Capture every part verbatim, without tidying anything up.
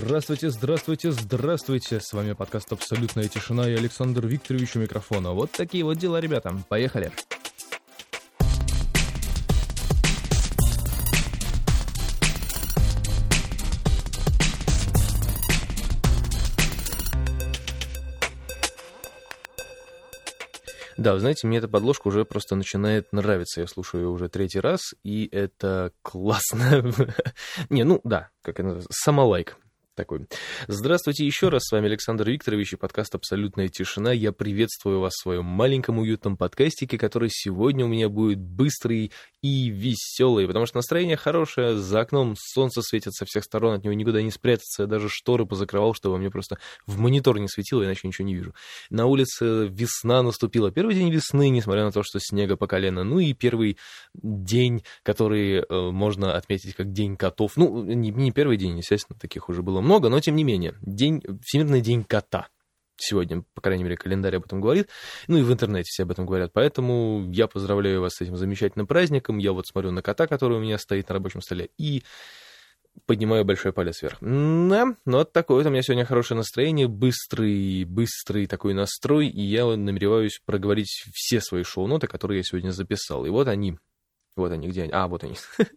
Здравствуйте, здравствуйте, здравствуйте. С вами подкаст «Абсолютная тишина» и Александр Викторович у микрофона. Вот такие вот дела, ребята. Поехали. Да, вы знаете, мне эта подложка уже просто начинает нравиться. Я слушаю ее уже третий раз, и это классно. Не, ну да, как это называется, самолайк такой. Здравствуйте еще раз, с вами Александр Викторович и подкаст «Абсолютная тишина». Я приветствую вас в своем маленьком уютном подкастике, который сегодня у меня будет быстрый и веселый, потому что настроение хорошее, за окном солнце светит со всех сторон, от него никуда не спрятаться, я даже шторы позакрывал, чтобы мне просто в монитор не светило, иначе ничего не вижу. На улице весна наступила, первый день весны, несмотря на то, что снега по колено, ну и первый день, который э, можно отметить как День котов, ну, не, не первый день, естественно, таких уже было много, но тем не менее, день, Всемирный день кота. Сегодня, по крайней мере, календарь об этом говорит. Ну и в интернете все об этом говорят. Поэтому я поздравляю вас с этим замечательным праздником. Я вот смотрю на кота, который у меня стоит на рабочем столе, и поднимаю большой палец вверх. Да, ну вот такое вот у меня сегодня хорошее настроение, быстрый, быстрый такой настрой, и я намереваюсь проговорить все свои шоу-ноты, которые я сегодня записал. И вот они. Вот они, где они? А, вот они.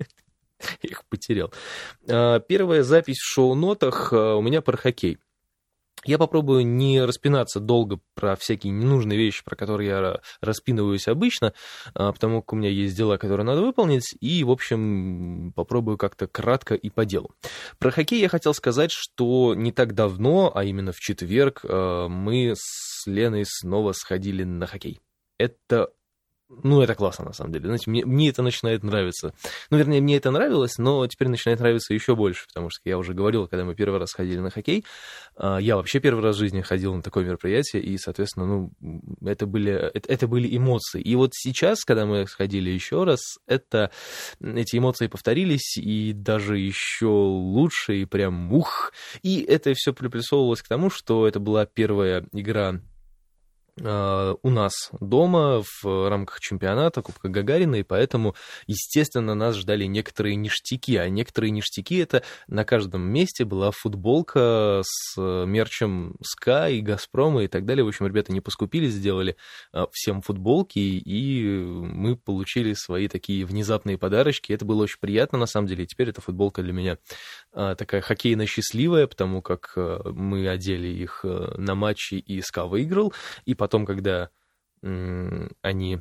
Я их потерял. Первая запись в шоу-нотах у меня про хоккей. Я попробую не распинаться долго про всякие ненужные вещи, про которые я распинываюсь обычно, потому как у меня есть дела, которые надо выполнить, и, в общем, попробую как-то кратко и по делу. Про хоккей я хотел сказать, что не так давно, а именно в четверг, мы с Леной снова сходили на хоккей. Это... Ну, это классно, на самом деле. Знаете, мне, мне это начинает нравиться. Ну, вернее, мне это нравилось, но теперь начинает нравиться еще больше, потому что я уже говорил, когда мы первый раз ходили на хоккей, я вообще первый раз в жизни ходил на такое мероприятие, и, соответственно, ну, это были, это, это были эмоции. И вот сейчас, когда мы сходили еще раз, это, эти эмоции повторились, и даже еще лучше, и прям ух. И это все приплюсовывалось к тому, что это была первая игра у нас дома в рамках чемпионата Кубка Гагарина, и поэтому, естественно, нас ждали некоторые ништяки, а некоторые ништяки — это на каждом месте была футболка с мерчем СКА и Газпрома и так далее. В общем, ребята не поскупились, сделали всем футболки, и мы получили свои такие внезапные подарочки. Это было очень приятно, на самом деле, и теперь эта футболка для меня такая хоккейно-счастливая, потому как мы одели их на матче, и СКА выиграл, и потом, когда м, они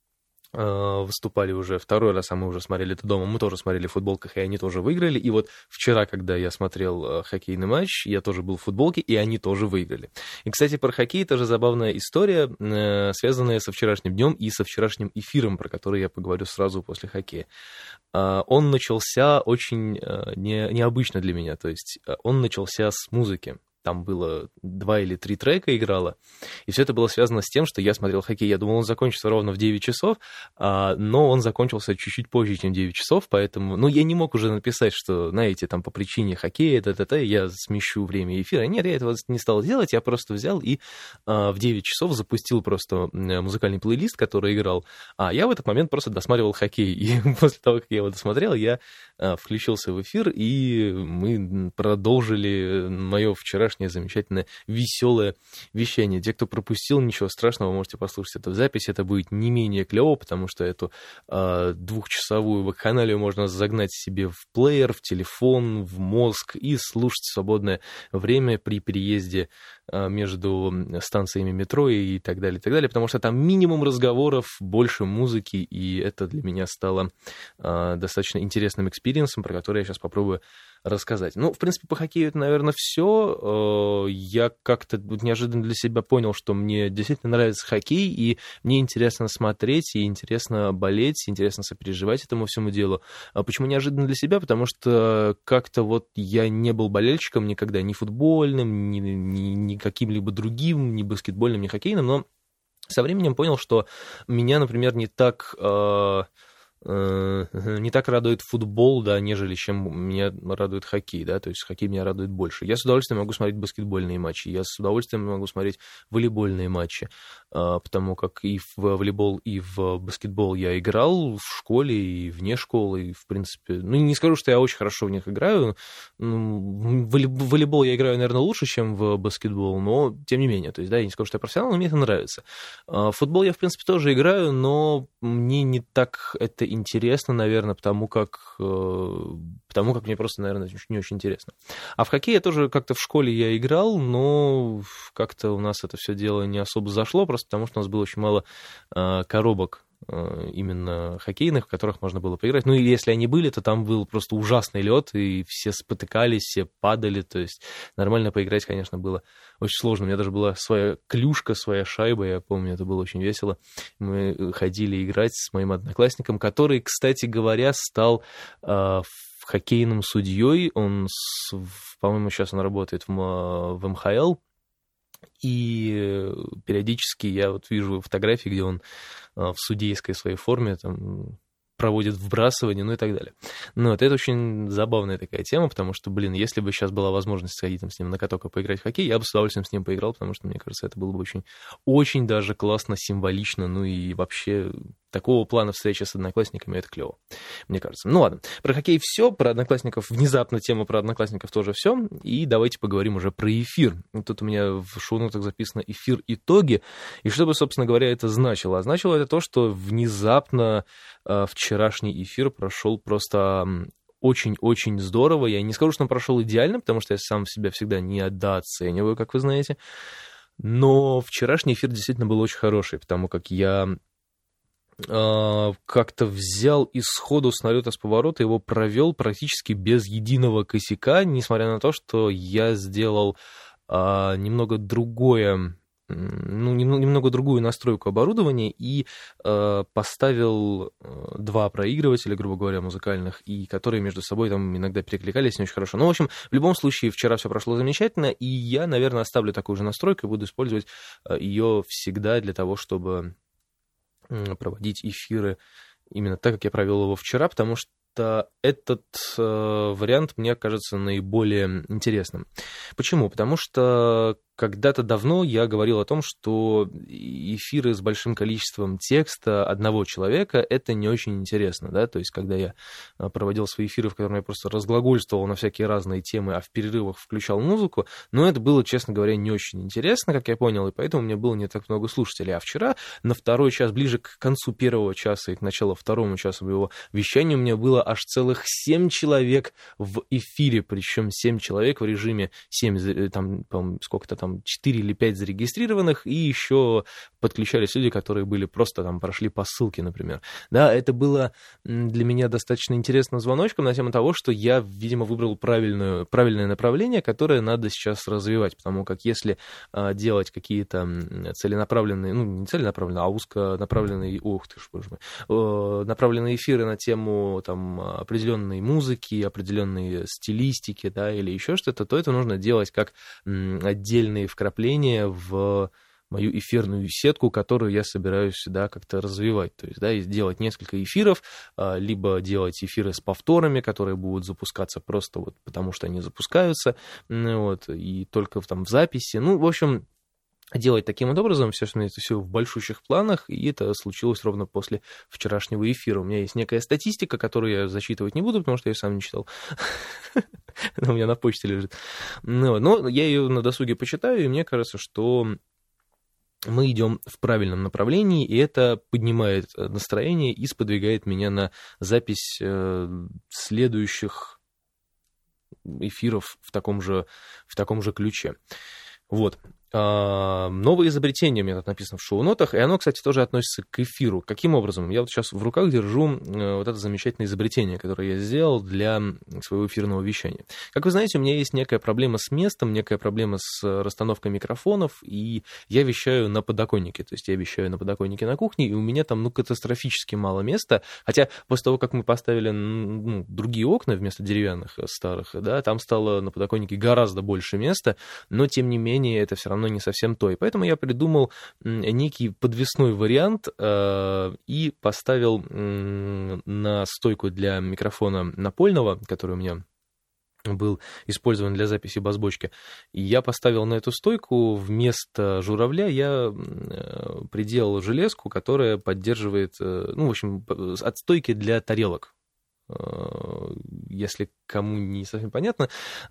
э, выступали уже второй раз, а мы уже смотрели это дома, мы тоже смотрели в футболках, и они тоже выиграли. И вот вчера, когда я смотрел э, хоккейный матч, я тоже был в футболке, и они тоже выиграли. И, кстати, про хоккей тоже забавная история, э, связанная со вчерашним днем и со вчерашним эфиром, про который я поговорю сразу после хоккея. Э, он начался очень э, не, необычно для меня, то есть э, он начался с музыки. Там было два или три трека играло, и все это было связано с тем, что я смотрел хоккей. Я думал, он закончится ровно в девять часов, но он закончился чуть-чуть позже, чем девять часов, поэтому... Ну, я не мог уже написать, что, знаете, там по причине хоккея, т.т.т. я смещу время эфира. Нет, я этого не стал делать, я просто взял и в девять часов запустил просто музыкальный плейлист, который играл, а я в этот момент просто досматривал хоккей. И после того, как я его досмотрел, я включился в эфир, и мы продолжили мое вчерашнее замечательное, веселое вещание. Те, кто пропустил, ничего страшного, можете послушать эту запись. Это будет не менее клево, потому что эту э, двухчасовую вакханалию можно загнать себе в плеер, в телефон, в мозг и слушать в свободное время при переезде э, между станциями метро и так далее, и так далее, потому что там минимум разговоров, больше музыки, и это для меня стало э, достаточно интересным экспириенсом, про который я сейчас попробую рассказать. Ну, в принципе, по хоккею это, наверное, все. Я как-то неожиданно для себя понял, что мне действительно нравится хоккей, и мне интересно смотреть, и интересно болеть, интересно сопереживать этому всему делу. Почему неожиданно для себя? Потому что как-то вот я не был болельщиком никогда, ни футбольным, ни, ни, ни каким-либо другим, ни баскетбольным, ни хоккейным, но со временем понял, что меня, например, не так... не так радует футбол, да, нежели чем меня радует хоккей, да, то есть хоккей меня радует больше. Я с удовольствием могу смотреть баскетбольные матчи, я с удовольствием могу смотреть волейбольные матчи, потому как и в волейбол, и в баскетбол я играл в школе, и вне школы, и, в принципе, ну, не скажу, что я очень хорошо в них играю, в волейбол я играю, наверное, лучше, чем в баскетбол, но, тем не менее, то есть, да, я не скажу, что я профессионал, но мне это нравится. В футбол я, в принципе, тоже играю, но мне не так это интересно, наверное, потому как, потому как мне просто, наверное, не очень интересно. А в хоккей я тоже как-то в школе я играл, но как-то у нас это все дело не особо зашло, просто потому что у нас было очень мало коробок именно хоккейных, в которых можно было поиграть. Ну, и если они были, то там был просто ужасный лед, и все спотыкались, все падали, то есть нормально поиграть, конечно, было очень сложно. У меня даже была своя клюшка, своя шайба, я помню, это было очень весело. Мы ходили играть с моим одноклассником, который, кстати говоря, стал э, хоккейным судьей. Он, с, по-моему, сейчас он работает в, в эм ха эл, и периодически я вот вижу фотографии, где он в судейской своей форме там проводит вбрасывание, ну и так далее. Ну, вот это очень забавная такая тема, потому что, блин, если бы сейчас была возможность сходить там с ним на каток и поиграть в хоккей, я бы с удовольствием с ним поиграл, потому что, мне кажется, это было бы очень, очень даже классно, символично, ну и вообще такого плана встречи с одноклассниками, это клево, мне кажется. Ну ладно, про хоккей все, про одноклассников, внезапно тема про одноклассников тоже все, и давайте поговорим уже про эфир. Тут у меня в шоу-нотах записано эфир итоги, и что бы, собственно говоря, это значило? А значило это то, что внезапно э, вчерашний эфир прошел просто очень-очень здорово. Я не скажу, что он прошел идеально, потому что я сам себя всегда недооцениваю, как вы знаете, но вчерашний эфир действительно был очень хороший, потому как я как-то взял и сходу с налета с поворота его провел практически без единого косяка, несмотря на то, что я сделал а, немного другое, ну, немного другую настройку оборудования и э, поставил два проигрывателя, грубо говоря, музыкальных, и которые между собой там иногда перекликались не очень хорошо. Ну, в общем, в любом случае, вчера все прошло замечательно, и я, наверное, оставлю такую же настройку и буду использовать ее всегда для того, чтобы проводить эфиры именно так, как я провел его вчера, потому что этот э, вариант мне кажется наиболее интересным. Почему? Потому что когда-то давно я говорил о том, что эфиры с большим количеством текста одного человека — это не очень интересно, да, то есть когда я проводил свои эфиры, в которых я просто разглагольствовал на всякие разные темы, а в перерывах включал музыку, но это было, честно говоря, не очень интересно, как я понял, и поэтому у меня было не так много слушателей. А вчера, на второй час, ближе к концу первого часа и к началу второму часа моего вещания, у меня было аж целых семь человек в эфире, причем семь человек в режиме семь, там, по-моему, сколько-то там, четыре или пять зарегистрированных, и еще подключались люди, которые были просто там, прошли по ссылке, например. Да, это было для меня достаточно интересным звоночком на тему того, что я, видимо, выбрал правильную, правильное направление, которое надо сейчас развивать, потому как если а, делать какие-то целенаправленные, ну, не целенаправленные, а узконаправленные, ух ты ж, боже мой, направленные эфиры на тему там определенной музыки, определенной стилистики, да, или еще что-то, то это нужно делать как отдельные вкрапления в мою эфирную сетку, которую я собираюсь, да, как-то развивать. То есть, да, делать несколько эфиров, либо делать эфиры с повторами, которые будут запускаться просто вот потому, что они запускаются, вот, и только там в записи. Ну, в общем, делать таким вот образом, все, это все в большущих планах, и это случилось ровно после вчерашнего эфира. У меня есть некая статистика, которую я зачитывать не буду, потому что я ее сам не читал. Она у меня на почте лежит. Но я ее на досуге почитаю, и мне кажется, что мы идем в правильном направлении, и это поднимает настроение и сподвигает меня на запись следующих эфиров в таком же, в таком же ключе. Вот. Новое изобретение у меня тут написано в шоу-нотах, и оно, кстати, тоже относится к эфиру. Каким образом? Я вот сейчас в руках держу вот это замечательное изобретение, которое я сделал для своего эфирного вещания. Как вы знаете, у меня есть некая проблема с местом, некая проблема с расстановкой микрофонов, и я вещаю на подоконнике. То есть я вещаю на подоконнике на кухне, и у меня там, ну, катастрофически мало места. Хотя после того, как мы поставили, ну, другие окна вместо деревянных старых, да, там стало на подоконнике гораздо больше места, но, тем не менее, это все равно равно не совсем то. И поэтому я придумал некий подвесной вариант и поставил на стойку для микрофона напольного, который у меня был использован для записи бас-бочки. И я поставил на эту стойку вместо журавля я приделал железку, которая поддерживает, ну, в общем, отстойки для тарелок. Если кому не совсем понятно,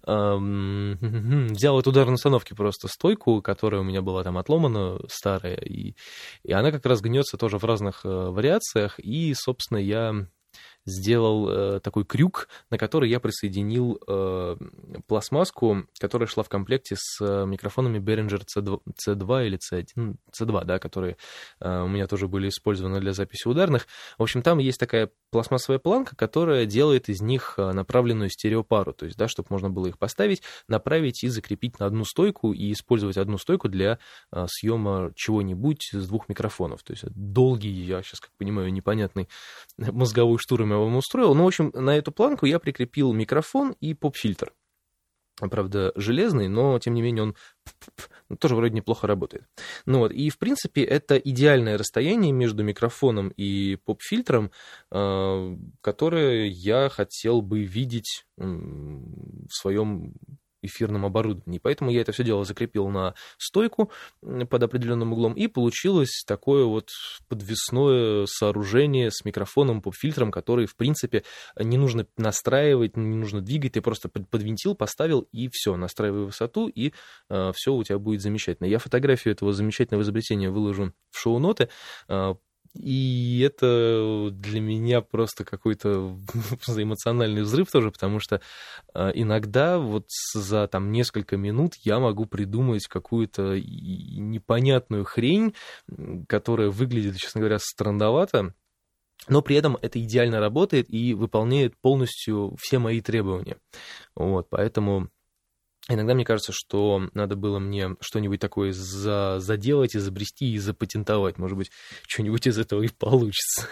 взял от ударной установки просто стойку, которая у меня была там отломана, старая, и, и она как раз гнется тоже в разных вариациях, и, собственно, я сделал э, такой крюк, на который я присоединил э, пластмасску, которая шла в комплекте с э, микрофонами Behringer си два или си один, си два, да, которые э, у меня тоже были использованы для записи ударных. В общем, там есть такая пластмассовая планка, которая делает из них направленную стереопару, то есть, да, чтобы можно было их поставить, направить и закрепить на одну стойку и использовать одну стойку для э, съема чего-нибудь с двух микрофонов. То есть долгий, я сейчас, как понимаю, непонятный мозговой штурм я вам устроил. Ну, в общем, на эту планку я прикрепил микрофон и поп-фильтр. Правда, железный, но, тем не менее, он тоже вроде неплохо работает. Ну вот, и, в принципе, это идеальное расстояние между микрофоном и поп-фильтром, которое я хотел бы видеть в своем эфирном оборудовании. Поэтому я это все дело закрепил на стойку под определенным углом, и получилось такое вот подвесное сооружение с микрофоном, поп-фильтром, который, в принципе, не нужно настраивать, не нужно двигать, ты просто подвинтил, поставил, и все, настраивай высоту, и э, все у тебя будет замечательно. Я фотографию этого замечательного изобретения выложу в шоу-ноты, э, и это для меня просто какой-то эмоциональный взрыв тоже, потому что иногда вот за там несколько минут я могу придумать какую-то непонятную хрень, которая выглядит, честно говоря, странновато, но при этом это идеально работает и выполняет полностью все мои требования. Вот, поэтому... Иногда мне кажется, что надо было мне что-нибудь такое за, заделать, изобрести и запатентовать. Может быть, что-нибудь из этого и получится.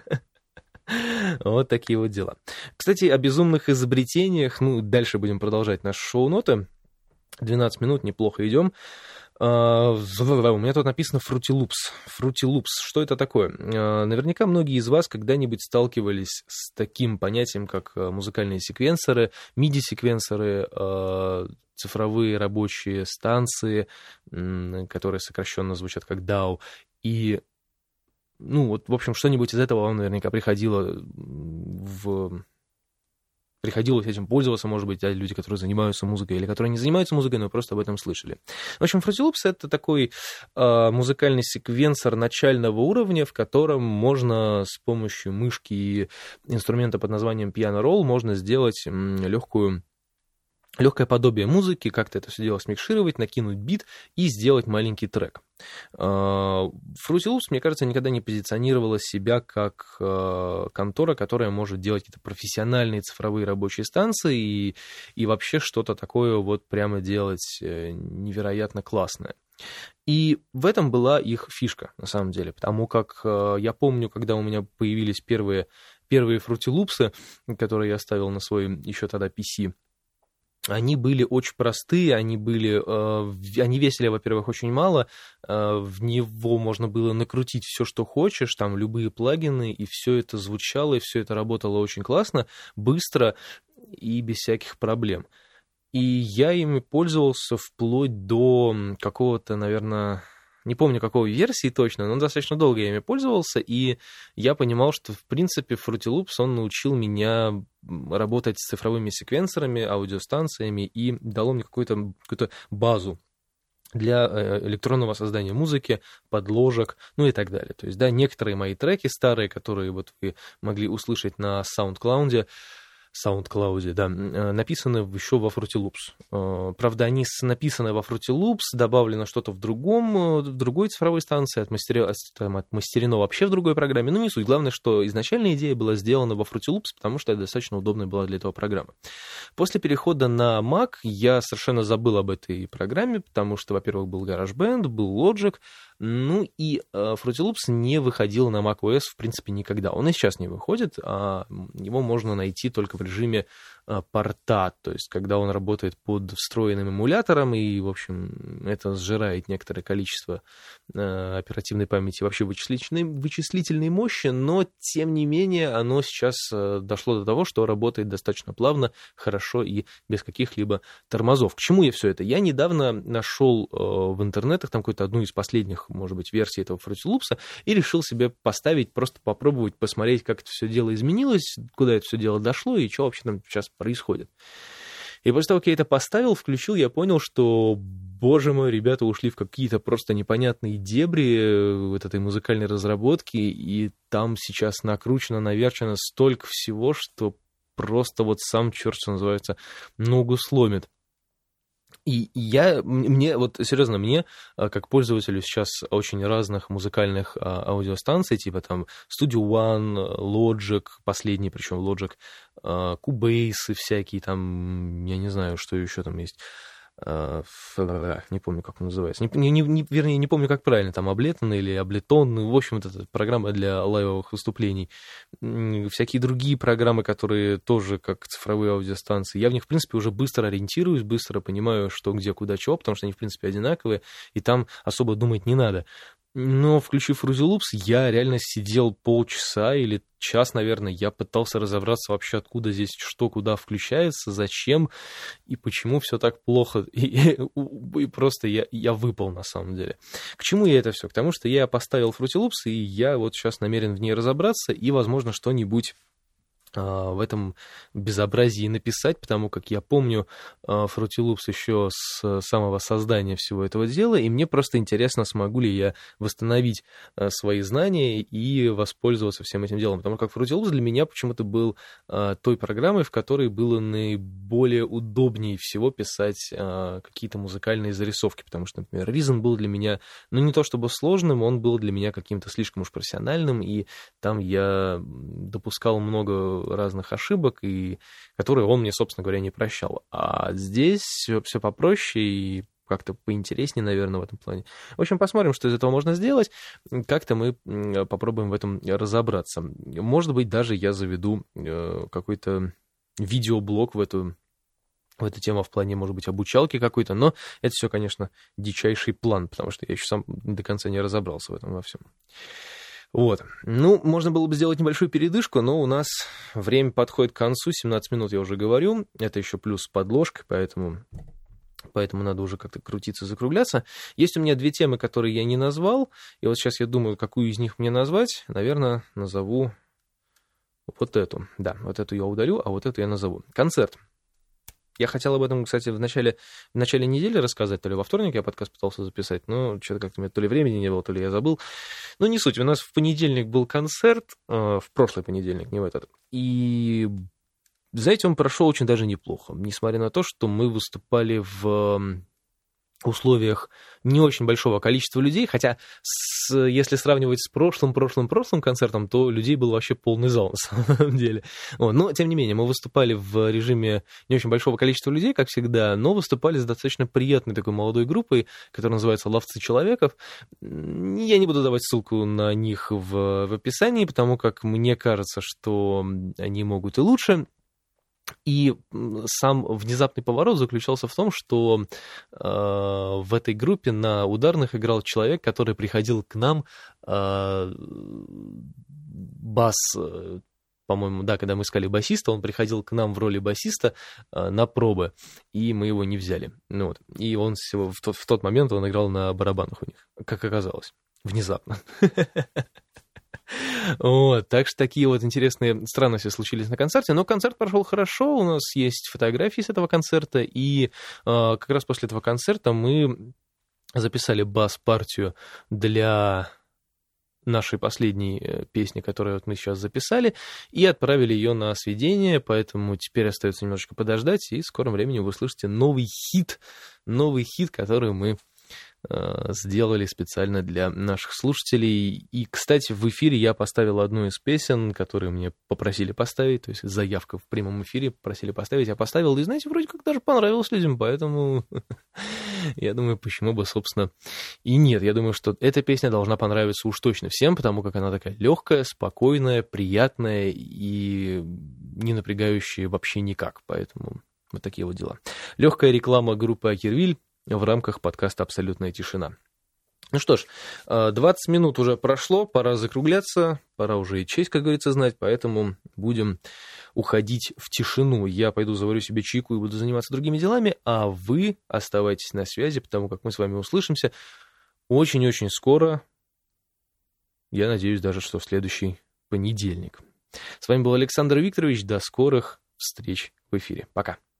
Вот такие вот дела. Кстати, о безумных изобретениях. Ну, дальше будем продолжать наши шоу-ноты. двенадцать минут, неплохо идем. Uh, у меня тут написано Fruity Loops. Fruity Loops, что это такое? Uh, наверняка многие из вас когда-нибудь сталкивались с таким понятием, как музыкальные секвенсоры, миди-секвенсоры, uh, цифровые рабочие станции, um, которые сокращенно звучат как дао. И, ну, вот, в общем, что-нибудь из этого вам наверняка приходило в... Приходилось этим пользоваться, может быть, да, люди, которые занимаются музыкой, или которые не занимаются музыкой, но просто об этом слышали. В общем, Fruity Loops — это такой э, музыкальный секвенсор начального уровня, в котором можно с помощью мышки и инструмента под названием Piano Roll можно сделать м, легкую... легкое подобие музыки, как-то это все дело смикшировать, накинуть бит и сделать маленький трек. Fruity Loops, мне кажется, никогда не позиционировала себя как контора, которая может делать какие-то профессиональные цифровые рабочие станции и, и вообще что-то такое вот прямо делать невероятно классное. И в этом была их фишка, на самом деле, потому как я помню, когда у меня появились первые, первые Fruity Loops, которые я ставил на свой еще тогда пи си, они были очень простые, они были, э, они весили, во-первых, очень мало, э, в него можно было накрутить все, что хочешь, там любые плагины, и все это звучало, и все это работало очень классно, быстро и без всяких проблем. И я ими пользовался вплоть до какого-то, наверное... Не помню, какой версии точно, но достаточно долго я ими пользовался, и я понимал, что, в принципе, Fruity Loops, он научил меня работать с цифровыми секвенсорами, аудиостанциями, и дало мне какую-то, какую-то базу для электронного создания музыки, подложек, ну и так далее. То есть, да, некоторые мои треки старые, которые вот вы могли услышать на SoundCloud, SoundCloud, да, написаны еще во Fruity Loops. Правда, они написаны во Fruity Loops, добавлено что-то в другом, в другой цифровой станции, отмастерено вообще в другой программе. Ну, не суть. Главное, что изначальная идея была сделана во Fruity Loops, потому что это достаточно удобная была для этого программа. После перехода на Mac я совершенно забыл об этой программе, потому что, во-первых, был GarageBand, был Logic, ну и Fruity Loops не выходил на macOS, в принципе, никогда. Он и сейчас не выходит, а его можно найти только в режиме порта, то есть когда он работает под встроенным эмулятором, и, в общем, это сжирает некоторое количество оперативной памяти, вообще вычислительной, вычислительной мощи, но, тем не менее, оно сейчас дошло до того, что работает достаточно плавно, хорошо и без каких-либо тормозов. К чему я все это? Я недавно нашел в интернетах там какую-то одну из последних, может быть, версий этого Fruity Loops и решил себе поставить, просто попробовать, посмотреть, как это все дело изменилось, куда это все дело дошло и что вообще там сейчас происходит. И после того, как я это поставил, включил, я понял, что, боже мой, ребята ушли в какие-то просто непонятные дебри вот этой музыкальной разработки, и там сейчас накручено, наверчено столько всего, что просто вот сам черт, что называется, ногу сломит. И я, мне, вот серьезно, мне, как пользователю сейчас очень разных музыкальных аудиостанций, типа там Studio One, Logic, последний, причем Logic, Cubase всякие, там, я не знаю, что еще там есть, не помню, как он называется, не, не, не, вернее, не помню, как правильно, там, Ableton или Ableton, в общем, вот эта программа для лайвовых выступлений, всякие другие программы, которые тоже как цифровые аудиостанции, я в них, в принципе, уже быстро ориентируюсь, быстро понимаю, что, где, куда, чего, потому что они, в принципе, одинаковые, и там особо думать не надо. Но, включив Fruity Loops, я реально сидел полчаса или час, наверное, я пытался разобраться вообще, откуда здесь что, куда включается, зачем и почему все так плохо. И, и, и просто я, я выпал, на самом деле. К чему я это все? К тому, что я поставил Fruity Loops, и я вот сейчас намерен в ней разобраться и, возможно, что-нибудь в этом безобразии написать, потому как я помню Fruity Loops еще с самого создания всего этого дела, и мне просто интересно, смогу ли я восстановить свои знания и воспользоваться всем этим делом, потому как Fruity Loops для меня почему-то был той программой, в которой было наиболее удобнее всего писать какие-то музыкальные зарисовки, потому что, например, Reason был для меня, ну, не то чтобы сложным, он был для меня каким-то слишком уж профессиональным, и там я допускал много разных ошибок, и которые он мне, собственно говоря, не прощал. А здесь все, все попроще и как-то поинтереснее, наверное, в этом плане. В общем, посмотрим, что из этого можно сделать. Как-то мы попробуем в этом разобраться. Может быть, даже я заведу какой-то видеоблог в эту, в эту тему в плане, может быть, обучалки какой-то, но это все, конечно, дичайший план, потому что я еще сам до конца не разобрался в этом во всем. Вот. Ну, можно было бы сделать небольшую передышку, но у нас время подходит к концу, семнадцать минут я уже говорю, это еще плюс подложка, поэтому, поэтому надо уже как-то крутиться, закругляться. Есть у меня две темы, которые я не назвал, и вот сейчас я думаю, какую из них мне назвать. Наверное, назову вот эту. Да, вот эту я удалю, а вот эту я назову. Концерт. Я хотел об этом, кстати, в начале, в начале недели рассказать, то ли во вторник я подкаст пытался записать, но что-то как-то у меня то ли времени не было, то ли я забыл. Но не суть, у нас в понедельник был концерт, э, в прошлый понедельник, не в этот, и, знаете, он прошел очень даже неплохо, несмотря на то, что мы выступали в условиях не очень большого количества людей, хотя с, если сравнивать с прошлым-прошлым-прошлым концертом, то людей был вообще полный зал, на самом деле. Вот. Но, тем не менее, мы выступали в режиме не очень большого количества людей, как всегда, но выступали с достаточно приятной такой молодой группой, которая называется «Ловцы человеков». Я не буду давать ссылку на них в, в описании, потому как мне кажется, что они могут и лучше. И сам внезапный поворот заключался в том, что э, в этой группе на ударных играл человек, который приходил к нам, э, бас, э, по-моему, да, когда мы искали басиста, он приходил к нам в роли басиста э, на пробы, и мы его не взяли. Ну, вот. И он всего, в, тот, в тот момент он играл на барабанах у них, как оказалось, внезапно. Вот, так что такие вот интересные странности случились на концерте, но концерт прошел хорошо, у нас есть фотографии с этого концерта, и э, как раз после этого концерта мы записали бас-партию для нашей последней песни, которую вот мы сейчас записали, и отправили ее на сведение, поэтому теперь остается немножечко подождать, и в скором времени вы услышите новый хит, новый хит, который мы сделали специально для наших слушателей. И, кстати, в эфире я поставил одну из песен, которые мне попросили поставить, то есть заявка в прямом эфире просили поставить, я поставил, и, знаете, вроде как даже понравилось людям, поэтому я думаю, почему бы, собственно, и нет. Я думаю, что эта песня должна понравиться уж точно всем, потому как она такая легкая, спокойная, приятная, и не напрягающие вообще никак. Поэтому вот такие вот дела. Легкая реклама группы Акервиль в рамках подкаста «Абсолютная тишина». Ну что ж, двадцать минут уже прошло, пора закругляться, пора уже и честь, как говорится, знать, поэтому будем уходить в тишину. Я пойду заварю себе чайку и буду заниматься другими делами, а вы оставайтесь на связи, потому как мы с вами услышимся очень-очень скоро. Я надеюсь даже, что в следующий понедельник. С вами был Александр Викторович. До скорых встреч в эфире. Пока.